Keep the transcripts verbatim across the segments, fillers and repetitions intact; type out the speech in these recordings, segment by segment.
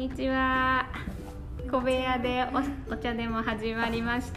にちは。小部屋で お, お茶でも始まりました。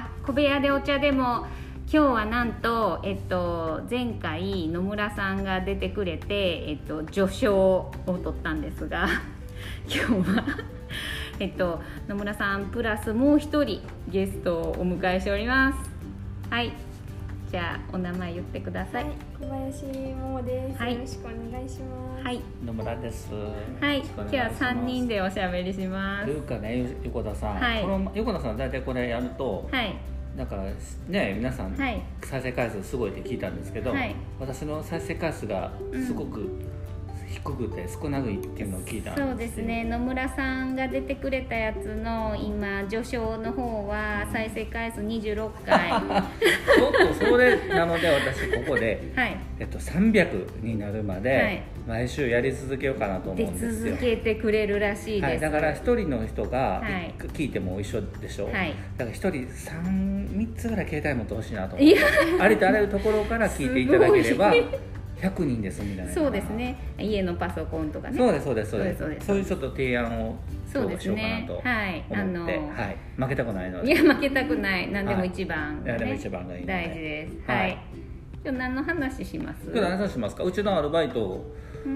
小部屋でお茶でも今日はなんと、えっと、前回野村さんが出てくれて、えっと、序章を取ったんですが今日はえっと、野村さんプラスもう一人ゲストをお迎えしております。はい、じゃあお名前言ってください。 はい、小林桃です、はい、よろしくお願いします。 はい、 野村です。 はい、今日はさんにんでおしゃべりします。 というかね、横田さん、 はい、 この横田さん大体これやると、はい、なんかね、皆さん、はい、再生回数すごいって聞いたんですけど、はい、私の再生回数がすごく、うん低くて少ないっていうのを聞いたんですよ。 そうですね、野村さんが出てくれたやつの今序章の方は再生回数にじゅうろっかいちょっとそれなので私ここで、はい、えっと、さんびゃくになるまで毎週やり続けようかなと思うんですよ。 出続けてくれるらしいです、はい、 だからひとりの人が聞いても一緒でしょ、はい、だからひとりさんみっつぐらい携帯持ってほしいなと思ってありとあらゆるところから聞いていただければひゃくにんですみたいな。 そうですね、家のパソコンとかね。 そうですそうですそうですそうです。そういうちょっと提案を今日しようかなと思って、はい、あのはい、負けたくないので。 いや負けたくない、何でも一番がね、 はい、でも一番がいいので大事です。はい、はい、今日何の話します？ 今日何の話しますか？うちのアルバイトの、うん、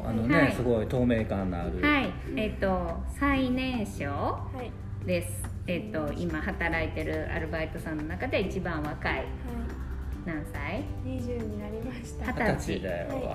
あのね、はい、すごい透明感のある、 はい、えっと最年少です、はい、えっと今働いてるアルバイトさんの中で一番若い、はい、何歳？ にじゅうになりました。 はたちだよ、 はい、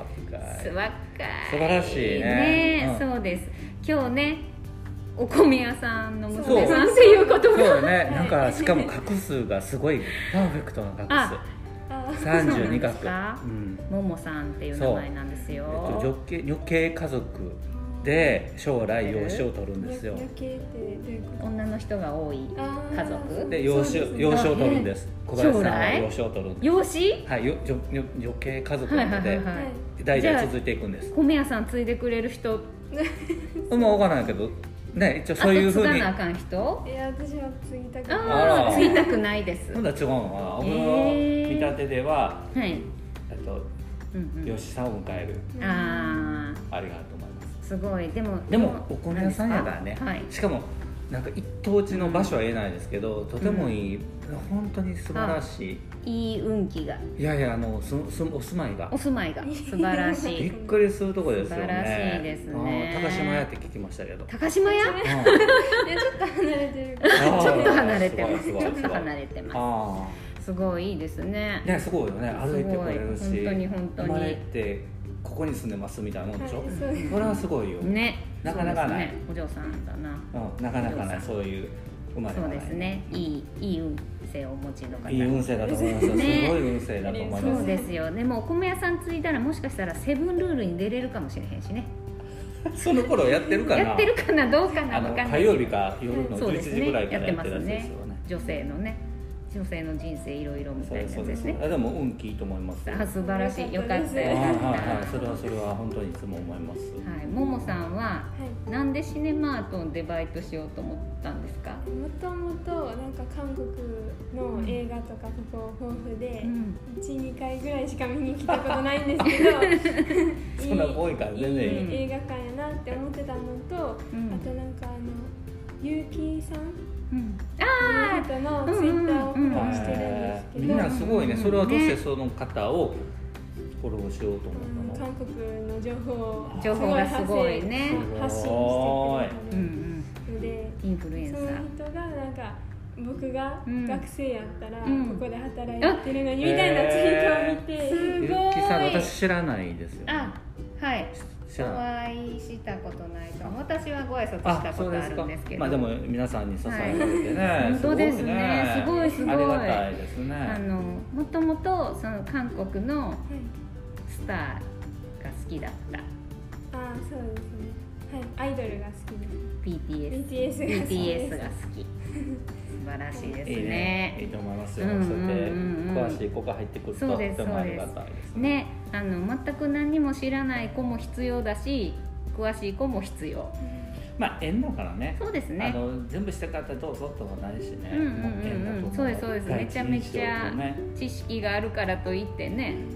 若い。 若い。 素晴らしいね。 ね、うん、そうです。今日ね、お米屋さんの娘さんっていうことが。 そうね、なんかしかも画数がすごいパーフェクトな画数。三十二画。 うん。ももさんっていう名前なんですよ。 えっと女系女系家族で将来養子を取るんですよ。 女の人が多い家族で養子養子を取るんです。小林さんは養子を取るんです。 養子？ はい、よよよ女系家族なので代々続いていくんです。 米屋さん継いでくれる人？ うまわからないけどね、一応そういう風に。 あと継がなあかん人？ いや、私は継ぎたくない。 ああ、継ぎたくないです。 ほんだら違うのかな。僕の見立てでは、はい、えっと養子さんを迎える。ああ、ありがとう。 すごい。でもでもお米屋さんやからね、はい、しかもなんか一等地の場所は言えないですけど、うん、とてもいい、うん、本当に素晴らしい、いい運気が、 いやいや、あのすすお住まいがお住まいが素晴らしいびっくりするとこですよね。 素晴らしいですね。 高島屋って聞きましたけど。 高島屋？いや、 ちょっと離れてるちょっと離れてます。ちょっと離れてます。すごいいいですね。 ね、すごいよね。歩いてこれるし、 本当に本当に。 生まれてここに住んでますみたいなもんでしょ。はい、それはすごいよ。 ね、 なかなかない。 ね、お嬢さんだな。 うん、なかなかない、そういう生まれはない。 そうですね。いいいい運勢をお持ちの方。 いい運勢だと思いますよ。ね、すごい運勢だと思います。 そうですよ。でもお米屋さん継いだらもしかしたらセブンルールに出れるかもしれへんしね。 その頃やってるかな。 やってるかな、どうかな、 あの火曜日か夜のじゅういちじぐらいからやってるやつですよね。 女性のね。女性の人生いろいろみたいなやつですね。 でも運気いいと思います。 あ、素晴らしい、よかったよかった。 はいはい、それはそれは本当にいつも思います。 はい、ももさんは、はい、なんでシネマートでバイトしようと思ったんですか？ もともとなんか韓国の映画とかここ豊富で、いち、にかいぐらいしか見に来たことないんですけどそんな多いから全然いい。 いい映画館やなって思ってたのと、うん、あとなんかあのゆうきさん。うん、あーのツイッターをフォローしてるんですけど、 みんなすごいね。それはどうしてその方をフォローしようと思ったの？ 韓国の情報情報がすごいね、 発信してくれたので、インフルエンサー、そういう人がなんか僕が学生やったらここで働いてるのにみたいなツイートを見て、 すごい。 ゆうきさん、私知らないですよね。 あ、はい。お会いしたことないと。私はご挨拶したことあるんですけど。 まあでも皆さんに支えられてね。 はい、本当ですね。すごいすごい。 ありがたいですね。 あのもともとその韓国のスターが好きだった。 あ、そうですね。はい、アイドルが好きです。 ビーティーエス。 ビーティーエス が好き。 ビーティーエス が好き。素晴らしいですね。 いいね、いいと思いますよ。そうやって詳しい子が入ってくるととてもありがたいですね。 ね、あの全く何も知らない子も必要だし、詳しい子も必要。 まあ縁だからね。 そうですね。 あの全部したかったらどうぞとはないしね。 うんうんうんうん。そうですそうです。めちゃめちゃ知識があるからといってね、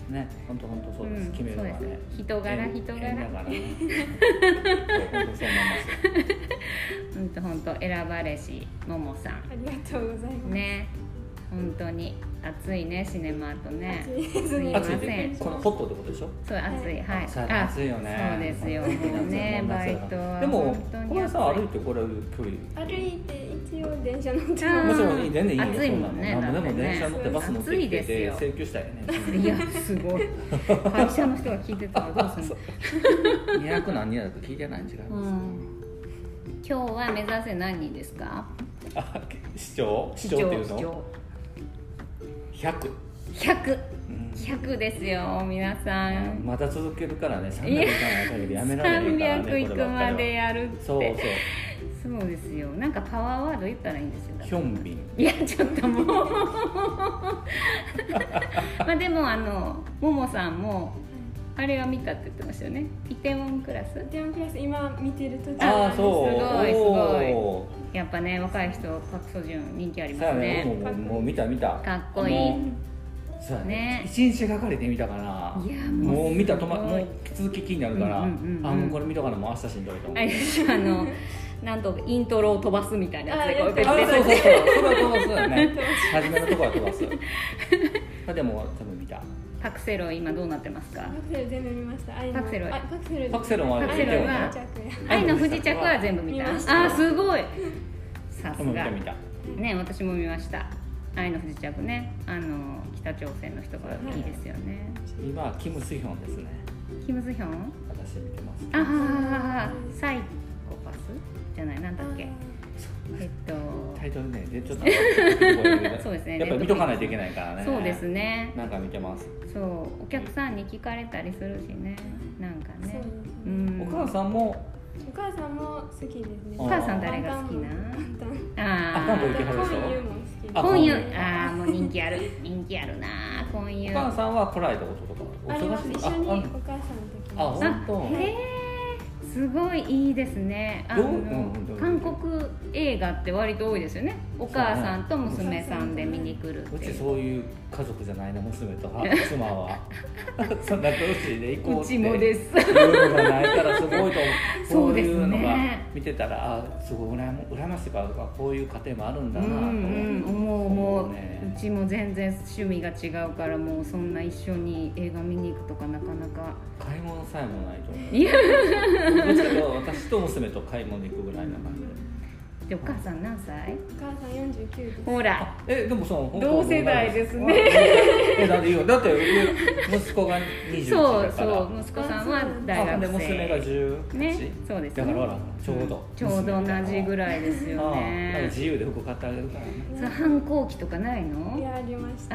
ね、本当本当そうです、うん、決めるのはね、 人柄人柄だからね本当そう思います本当本当選ばれしももさん、ありがとうございますね、本当に暑いね、シネマートね。 すみません。 このホットってことでしょ？ そう、暑い、はい。 あ、暑いよね。 そうですよ。もうね、バイトはでも小林さん歩いてこれる距離。 歩いて一応電車乗って。もちろん全然いいよ。 暑いもんね。 でも電車乗ってバス乗ってきて請求したよね。 いや、すごい。会社の人が聞いてたらどうするの？にひゃく何人だと聞いてないん違います。 今日は目指せ何人ですか？ あ、市長？市長っていうの？ひゃく。 ひゃく、ひゃくですよ皆さん。 まだ続けるからね、さんびゃくいかない限りやめられないからね。 さんびゃくいくまでやるって。 そうそうそうですよ。なんかパワーワード言ったらいいんですよ。 ヒョンビン。 いやちょっともうまあでもあのももさんもあれは見たって言ってましたよね。イテウォンクラス。イテウォンクラス今見てる途中。 ああそう。 すごいすごい。やっぱね若い人パク・ソジュン人気ありますね。 もうもう見た見た。 かっこいい。 そうだね。一日がかりで見たから。 いやもう見たとまもう続き気になるから。あもうこれ見とかなもう明日しんどいと思う。 あのなんとイントロを飛ばすみたいなやつでこうやって。あそうそうそう。それは飛ばすよね。初めのところは飛ばす。でも多分見た。 パクセロイ今どうなってますか？ パクセロ全部見ました。 パクセロイ。 パクセロイ。 パクセロイは愛の不時着は全部見た。あすごい。さすが。 見た。 ね私も見ました。愛の不時着ね、あの北朝鮮の人がいいですよね。 今はキムスヒョンですね。 キムスヒョン？ 私見てます。 あははサイコパスじゃないなんだっけ？えっとタイトルねでちょっとそうですね。 やっぱり見とかないといけないからね。 そうですね。 なんか見てます。 そうお客さんに聞かれたりするしね。なんかね。 うん。お母さんも。 お母さんも好きですね。 お母さん誰が好きな？ ああ。あ、今夜も好き。今夜ああもう人気ある人気あるな今夜。 お母さんは来られたこととか。 あります。一緒にお母さんの時に。 あ、本当。 へえ。すごいいいですね。あの韓国映画って割と多いですよね。お母さんと娘さんで見に来るっていう。 うちそういう家族じゃないな娘と妻はそんな同士で行こうってうちもです。 いうのがないからすごいと思う。 そうですね。 こういうのが見てたらあすごい羨ましいかとかこういう家庭もあるんだなと思う。 もうもううちも全然趣味が違うからもうそんな一緒に映画見に行くとかなかなか買い物さえもないと思う。 いや私と娘と買い物に行くぐらいな感じで。 でお母さん何歳？ お母さんよんじゅうきゅうです。 ほらえでもその同世代ですね。 えだっていいよだって息子がにじゅういちだからそうそう息子さんは大学生で娘がじゅうはちねそうですだからほらちょうどちょうど同じぐらいですよね。 自由で服買ってあげるからね。 それ反抗期とかないの？ いやありました。 あった？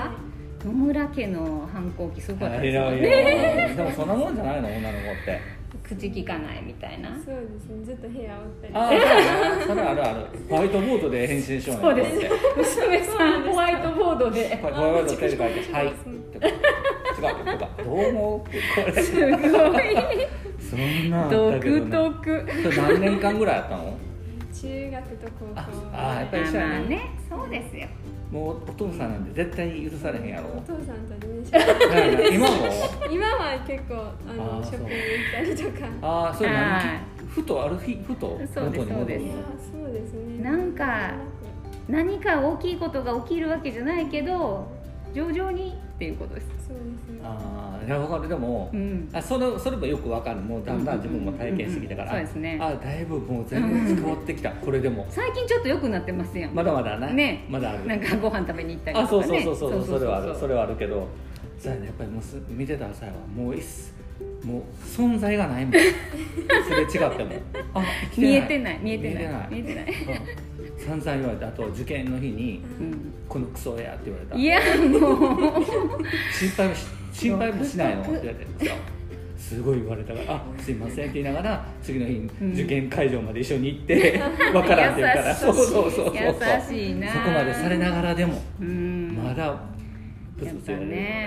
野村家の反抗期すごかったですよね。でもそんなもんじゃないの女の子って。 口聞かないみたいな。 そうですね。ずっと部屋おったり。 ああ、それあるある。ホワイトボードで返信しようね。 そうです。娘さんホワイトボードで。 ホワイトボードで書いてはい。違うとかどう思う？これ。 すごい。 そんな独特。 それ何年間ぐらいやったの？ 中学と高校。 ああやっぱりそうやね。そうですよ。 もうお父さんなんて絶対許されへんやろ。 お父さんと電車。 今も？ 今は結構あのショッピング行ったりとか。 ああそうなんふとある日ふとそうですそうです。 そうですね。 なんか何か大きいことが起きるわけじゃないけど徐々にっていうことです。 そうですね。 ああ、分かるでも、うん、あそれそれもよく分かる。もうだんだん自分も体験してきたから、 そうですね。 あだいぶもう全然変わってきた。これでも最近ちょっと良くなってますやん。 まだまだね。 ね、 まだある。 なんかご飯食べに行ったりとかね。 あそうそうそうそうそれはあるそれはあるけど、そうやねやっぱりもう見てた際はもういっもう存在がないもん。すれ違ってもあ見えてない見えてない見えてない。散々言われた。あと受験の日に、うん、このクソやって言われた。 いやもう心配も心配もしないのって言われてすごい言われたからあすいませんって言いながら次の日、うん、受験会場まで一緒に行ってわからんって言うからそうそうそうそう優しいなそこまでされながらでも、 うん、 まだブツブツ言われる、 ね、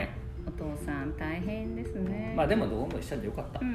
お父さん大変ですね。 まあでもどうも一緒でよかった。うんうん、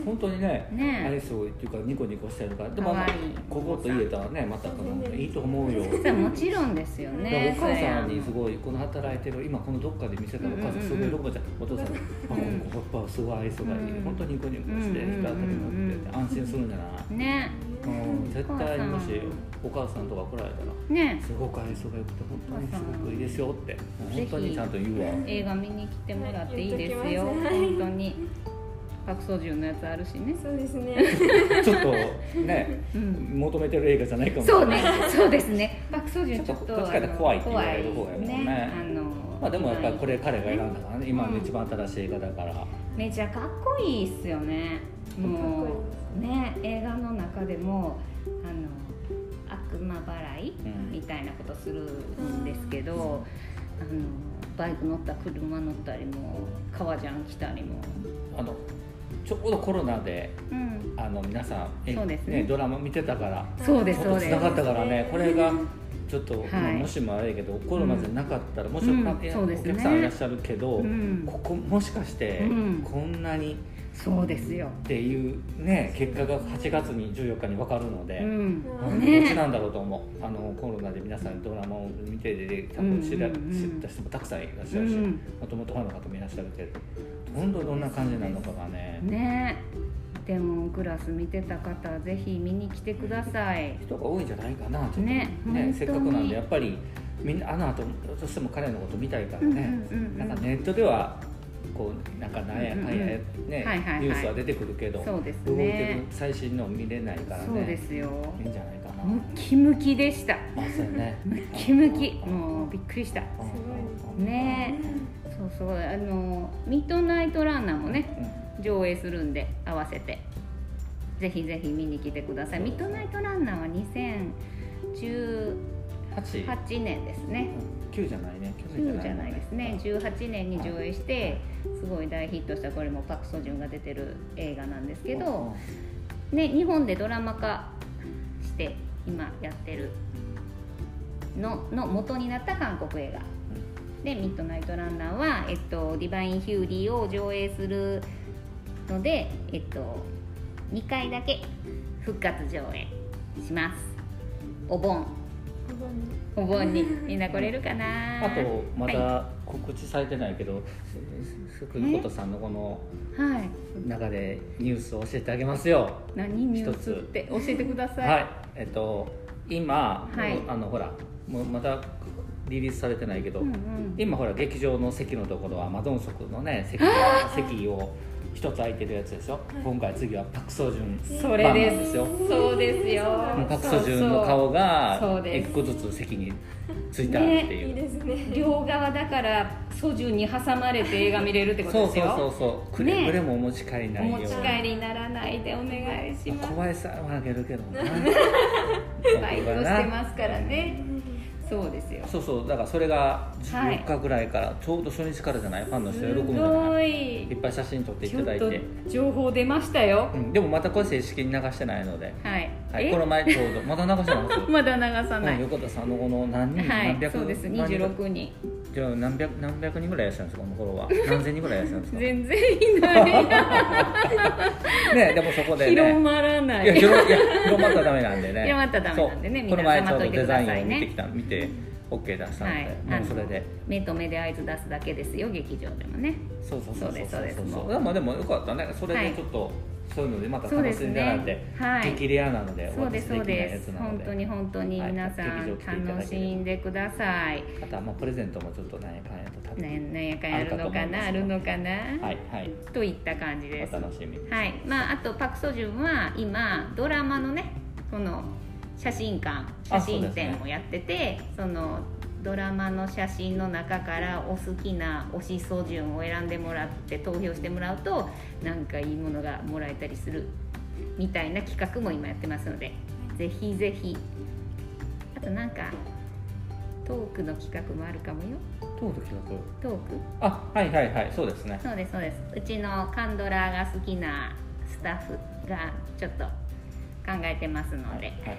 本当にね、ね愛想っていうかニコニコしてるから、でもここと言えたらねまたいいと思うよ。 もちろんですよね。 お母さんにすごいこの働いてる今このどっかで見せたお母さんすごい喜んじゃお父さん、あパパすごい愛想がいい、本当にニコニコして人当たりになって安心するんじゃない？ね。絶対にもしお母さんとか来られたら、ね、すごく愛想が良くて本当にすごくいいですよって本当にちゃんと言うわ。 映画見に来てもらっていいですよ。本当にパクソジュンのやつあるしね。 そうですね。 ちょっとね、うん、求めてる映画じゃないかもしれない。 そうね、そうですね。パクソジュンちょっとどっちかって怖いって言われる方やもんね。ねあのまあでもやっぱりこれ彼が選んだからね。今の一番新しい映画だから。 めちゃかっこいいっすよね。もうね映画の中でもあの悪魔払いみたいなことするんですけど、うん、あのバイク乗った車乗ったりも革ジャン着たりもあのちょうどコロナで、うん、あの皆さんえそうです、ねね、ドラマ見てたからそうですそうですつながったからねこれがちょっと、はいまあ、もしもあれやけどコロナじゃなかったら、うん、もちろん、うん、お客さんいらっしゃるけど、うん、ここもしかして、うん、こんなにそうですよっていうね結果がはちがつにじゅうよっかに分かるので、うん、ね、どっちなんだろうと思う。あのコロナで皆さんドラマを見てで多分知ら、うんうんうん、知った人もたくさんいらっしゃるし、もともとファンの方もいらっしゃるけど本当どんな感じなのかがね。 ねでもクラス見てた方はぜひ見に来てください。 人が多いんじゃないかなちょっとね、ねせっかくなんでやっぱりみんなあの後どうしても彼のこと見たいからね、うんうんうん、なんかネットではこうなんかなんやかんやね、ニュースは出てくるけど、そうですね、動いてる最新の見れないからね。 そうですよ。 いいんじゃないかな。 ムキムキでした。 あ、そうね。 ムキムキ、もうびっくりした。すごいね。そうそう、あのミッドナイトランナーもね、うん、上映するんで合わせてぜひぜひ見に来てください。ミッドナイトランナーはにせんじゅうはちねんですね。 きゅうじゃないね。 きゅうじゃないですね。じゅうはちねんに上映してすごい大ヒットした、これもパク・ソジュンが出てる映画なんですけど、ね、日本でドラマ化して今やってるのの元になった韓国映画で、ミッドナイトランナーは、えっと、ディバイン・ヒューリーを上映するので、えっと、にかいだけ復活上映します。お盆お盆にみんな来れるかな。 あとまだ告知されてないけど、すくいことさんのこの中でニュースを教えてあげますよ。 何ニュースって教えてください。 はい、えっと今、はい、あのほらもうまだリリースされてないけど、うんうん、今ほら劇場の席のところはマドンソクのね席席を一つ空いてるやつでしょ、はい、今回次はパク・ソジュンそれですよ。そうですよ。 パク・ソジュンの顔が一個ずつ席についたっていう、ね、いいですね。両側だからソジュンに挟まれて映画見れるってことですよ。 そうそうそうそう。くれぐれもお持ち帰りないように。 お持ち帰りにならないでお願いします。 小林さんはあげるけどなバイトしてますからね。そうですよ。 そうそう、だからそれがじゅうよっかぐらいから、はい、ちょうど初日からじゃない、ファンの人喜ぶんじゃない。いっぱい写真撮っていただいて。 情報出ましたよ。 うん、でもまたこれ正式に流してないので。はい。はい、この前ちょうどまだ流してます。 まだ流さない。 横田さんのこの何人、 はい、 何百そうですにじゅうろくにん。 じゃあ何百何百人ぐらいいらっしゃるんですか、この頃は。何千人ぐらいいらっしゃるんですか。 全然いない。 ね、でもそこで、ね、 広まらない。 いや広いや広まったらダメなんでね。 広まったらダメなんでね。 この前ちょうどデザインを見てきた見て。オーケー 出したので、はい、もうそれで目と目で合図出すだけですよ、劇場でもね。 そうそうそうそうそうそうそう。まあでもよかったね。それでちょっと、はい、そういうのでまた楽しんでもらって、ね、はい、激レアなので、 そうですそうです。本当に本当に皆さん、はい、楽しんでください。 あとはまあプレゼントもちょっとなんやかんやと多分なんやかんやあるのかなあるのかな。 はいはい。 といった感じです。 お楽しみ。 はい。まああとパク・ソジュンは今ドラマのねこの写真館写真展をやってて、そのドラマの写真の中からお好きな推しソジュンを選んでもらって投票してもらうとなんかいいものがもらえたりするみたいな企画も今やってますので、ぜひぜひ。あとなんかトークの企画もあるかもよ。 トーク企画？トーク？ あ、はいはいはい、そうですね。 そうですそうです。うちのカンドラが好きなスタッフがちょっと考えてますので、はいはい、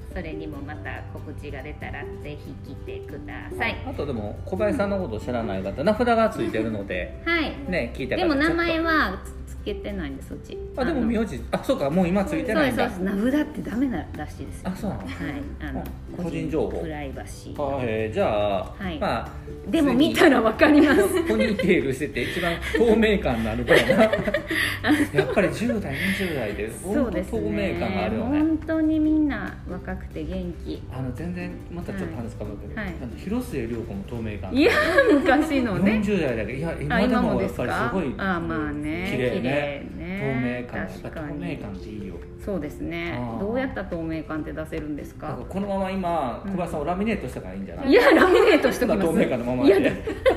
それにもまた告知が出たらぜひ来てください。 あ, あとでも小林さんのことを知らない方、名札がついてるので、 はいね、聞いた方でも名前はつけてないんです、うち。 あでも名字、あそうか、もう今ついてないんだ。 そうです、名札ってダメならしいです。 あそうなの。 はい、あの個人情報、 プライバシー。 あ、えー、じゃあ、はい、まあでも見たらわかります。 ポニーテールしてて一番透明感になるからな。やっぱりじゅう代にじゅう代で本当透明感があるよね。 本当にみんな若くて元気。 あの全然またちょっと話変わるけど、はい、あの広末涼子も透明感。 いや昔のね。 よんじゅう代だけど、いや今でもやっぱりすごいあまあね綺麗ね。 ね透明感、やっぱ透明感っていいよ。 そうですね。どうやったら透明感って出せるんですか。 このまま今小林さんをラミネートしたからいいんじゃない？ いやラミネートしときます。 透明感のままで。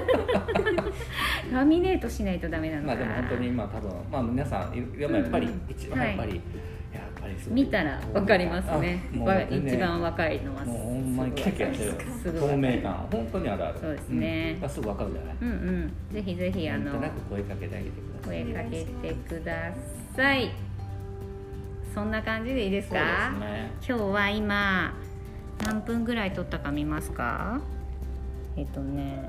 ラミネートしないとダメなのか。 まあでも本当に今多分まあ皆さんやっぱり一番やっぱり。 見たらわかりますね。一番若いのはもうほんまにキャキャしてる透明感本当にあるある。 そうですね。 すぐわかるじゃない。 うんうん。ぜひぜひあのなんとなく声かけてあげてください。 声かけてください。そんな感じでいいですか？ そうですね。 今日は今何分ぐらい撮ったか見ますか？えっとね、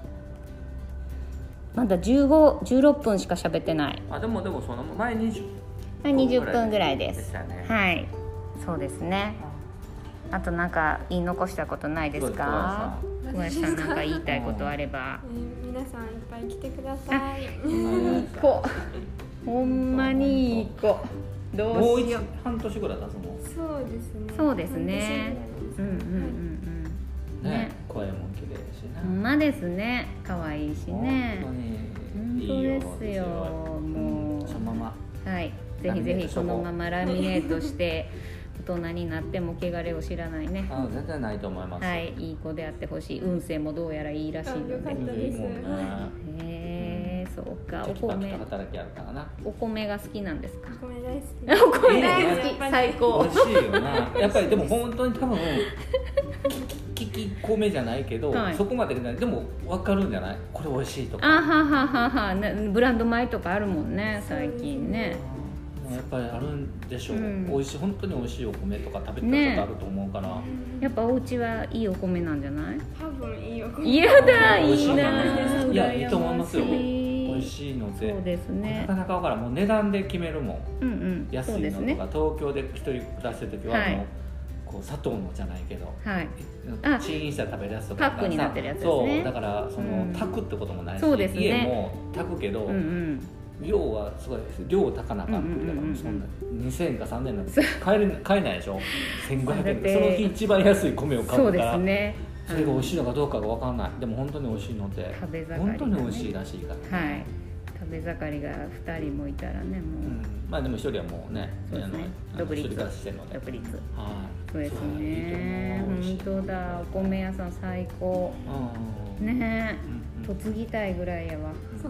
まだじゅうご、じゅうろっぷんしか喋ってない。 あでもでもその前にじゅう。 にじゅっぷんぐらいです。はい、そうですね。あとなんか言い残したことないですか？小林さんなんか言いたいことあれば。 えー、皆さんいっぱい来てください。 いい子、ほんまにいい子。どうしよう。 半年ぐらい経つの？ そうですね。 そうですね。うんうんうんうん。ね、声も綺麗だしね。 ほんまですね。可愛いしね。 本当ですよ。もうそのまま。はい。ぜひぜひこのままラミネートして大人になっても汚れを知らないね。 あ絶対ないと思います。 はい、いい子であってほしい。運勢もどうやらいいらしいので。 よかったです。 へえ、そうか。お米。 働きあるからな。 お米が好きなんですか。 お米大好き。 お米大好き。最高。 美味しいよな。やっぱりでも本当に多分聞き米じゃないけど、はい、そこまででも分かるんじゃない？これ美味しいとか。 あはははは。ブランド米とかあるもんね最近ね。 やっぱりあるんでしょう、うん、美味しい本当に美味しいお米とか食べたことあると思うから、ね、 やっぱお家はいいお米なんじゃない？ 多分いいお米。 いやだいいな。 いやいいと思いますよ。美味しいので。 そうですね。 なかなか分からん。もう値段で決めるもん。 うんうん、 安いのとか、ね、東京で一人暮らしてる時はもう、はい、こう砂糖のじゃないけど、はい、チンしたら食べるやつとかパックになってるやつですね。 そうだからその、うん、炊くってこともないし、 そうですね、 家も炊くけど。うんうん量はすごい量高なかったからそんなにせんえんかさんぜんえんなんて買える買えないでしょ。せんごひゃくえんその日一番安い米を買うから、そうですね、それが美味しいのかどうかが分からない。でも本当に美味しいので、食べ盛り、ね、本当に美味しいらしいから、ね、 はい、食べ盛りがふたりもいたらねもう、うん、 まあでも一人はもうね、 そうですね、独立してるので、独立、はい、そうですね、本当だ、お米屋さん最高、ねえ、嫁ぎたいぐらいやわ。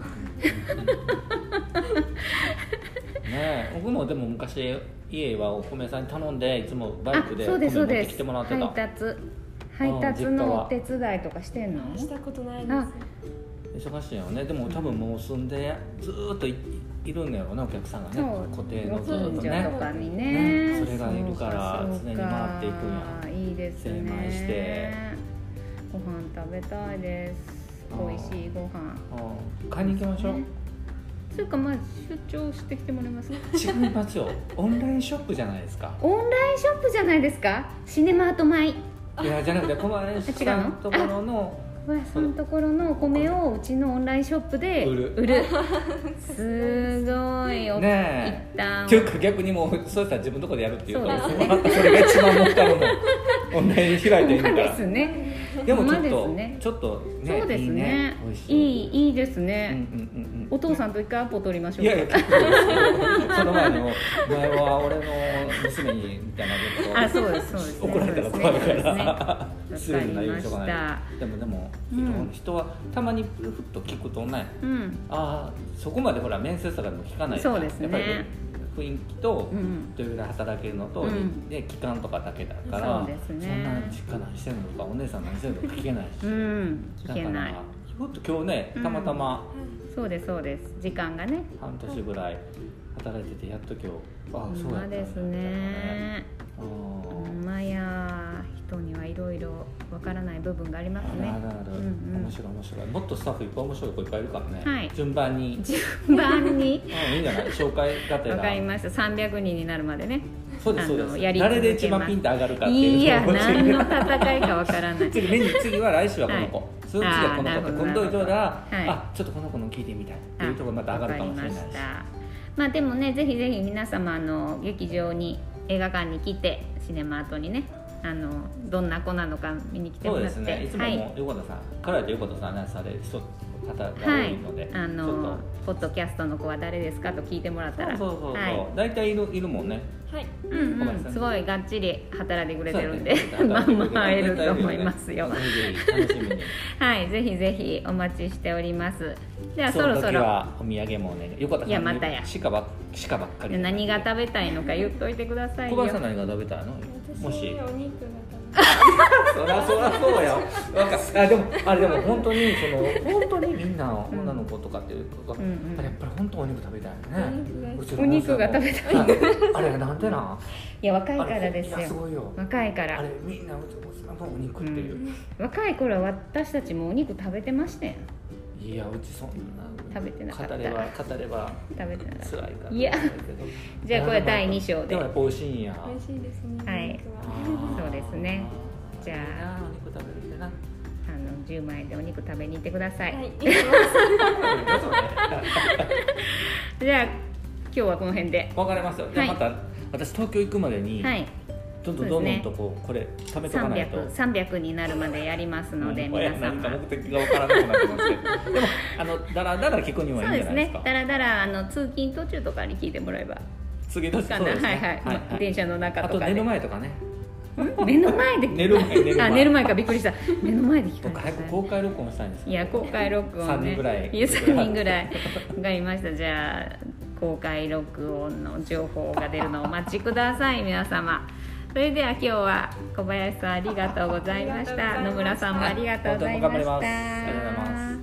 ねえ、僕もでも昔家はお米屋さんに頼んでいつもバイクで米持ってきてもらってた。 配達配達のお手伝いとかしてんの？ したことないです。 忙しいよね。でも多分もう住んでずーっと い, いるんだよね、お客さんがね、固定のずーっとね、 とかにね、 それがいるから常に回っていくんや。 いいですね。 精米してご飯食べたいです。美味しいご飯。 買いに行きましょう。 それかまあ出張してきてもらえますか？ 違いますよ。オンラインショップじゃないですか。 オンラインショップじゃないですか。シネマート米。いやじゃなくて小林さんのところの小林さんのところのお米をうちのオンラインショップで売る。売る。すごい。 ねえ。 一旦。 っていうか逆にもうそうしたら自分のところでやるっていうか、それが一番もったいない。オンライン開いていいんだから。 ですね。 でもちょっとちょっとね、 そうですね。いいいいですね。お父さんと一回アポ取りましょう。 いやいや、その前にも前は俺の娘にみたいなことを、あ、そうですそうです。怒られたら怖いからすぐに内容しとかない。でもでも人はたまにふっと聞くとね、ああそこまでほら面接とかでも聞かないから、やっぱり雰囲気とどれぐらい働けるのと、うん、で期間とかだけだから、そうですね、そんな実家何してんのとかお姉さん何してんのとか聞けないし、うん、聞けない。ちょっと今日ねたまたま、 うん、そうですそうです、時間がね半年ぐらい働いててやっと今日、ああそうやったんだですね。 まあや人にはいろいろわからない部分がありますね。 なるほど、うんうん、面白い面白い。もっとスタッフいっぱい面白い子いっぱいいるからね、 はい、 順番に順番にあいいんじゃない、紹介がてら。 わかりました。さんびゃくにんになるまでね。 そうですそうです。誰で一番ピンと上がるかっていう。 いや何の戦いかわからない。 次メニュー次は来週はこの子、はい、その次はこの子って今度いたら、 はい、 あちょっとこの子の聞いてみたいっていうところまた上がるかもしれないし。 まあでもね、ぜひぜひ皆様あの劇場に映画館に来てシネマートにね、あのどんな子なのか見に来てもらって。 そうですね。いつもも横田さん、彼らと横田さん話される人方が多いので、はい、 あのポッドキャストの子は誰ですかと聞いてもらったら、 そうそうそうそう、はい、大体いるいるもんね。 はい、 うんうん、すごいがっちり働いてくれてるんで、まあまあ会えると思いますよ。 楽しみに。 はい、ぜひぜひお待ちしております。じゃあそろそろはお土産もね、横田さんにまたや鹿ば鹿ばっかり。 何が食べたいのか言っといてくださいよ。 小林さん何が食べたいの？もし。 お肉がそりゃそりゃそうや。なんかあでもあれでも本当にその本当にみんな女の子とかっていうか、うんうん、やっぱり本当お肉食べたいよね。 お肉が食べたい。 あれなんでなん？ いや若いからですよ。 いやすごいよ。 若いから。 あれみんなうちもお肉っていう、うん。 若い頃私たちもお肉食べてましたよ。 いやうちそんな食べてなかった。 語れば語れば食べてなかった。 辛いから。 いやじゃあこれだいに章で。 でもやっぱ美味しいんや。 美味しいですね。 はい。そうですね。じゃあお肉食べるってな。 あのじゅうまんえんでお肉食べに行ってください。はい。じゃあ今日はこの辺で。 わかりますよ。じゃあまた私東京行くまでに。はい。どんどんどんどんとこうこれ食べとかないとさんびゃくになるまでやりますので、皆さん何か目的が分からなくなってますけどでもあのだらだら聞くにはいいんじゃないですか。そうですね。 だらだらあの通勤途中とかに聞いてもらえば通勤途中そうですね。 はいはい。電車の中とかで。 あと寝る前とかね。 目の前で寝る前寝る前あ寝る前かびっくりした。目の前で聞く。 僕早く公開録音したいんです。 いや公開録音ね。 さんにんぐらい。 いやさんにんぐらい。わかりました。じゃあ公開録音の情報が出るのをお待ちください皆様。それでは今日は小林さんありがとうございました。野村さんもありがとうございました。 ありがとうございます。